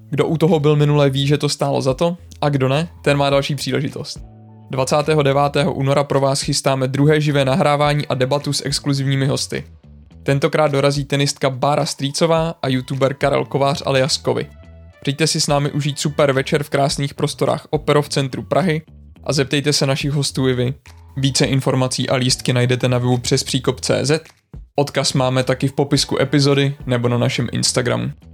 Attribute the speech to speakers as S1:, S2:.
S1: Kdo u toho byl minule, ví, že to stálo za to, a kdo ne, ten má další příležitost. 29. února pro vás chystáme druhé živé nahrávání a debatu s exkluzivními hosty. Tentokrát dorazí tenistka Bára Strýcová a youtuber Karel Kovář alias Kovy. Přijďte si s námi užít super večer v krásných prostorách Opero v centru Prahy a zeptejte se našich hostů i vy. Více informací a lístky najdete na webu přespříkop.cz. Odkaz máme taky v popisku epizody nebo na našem Instagramu.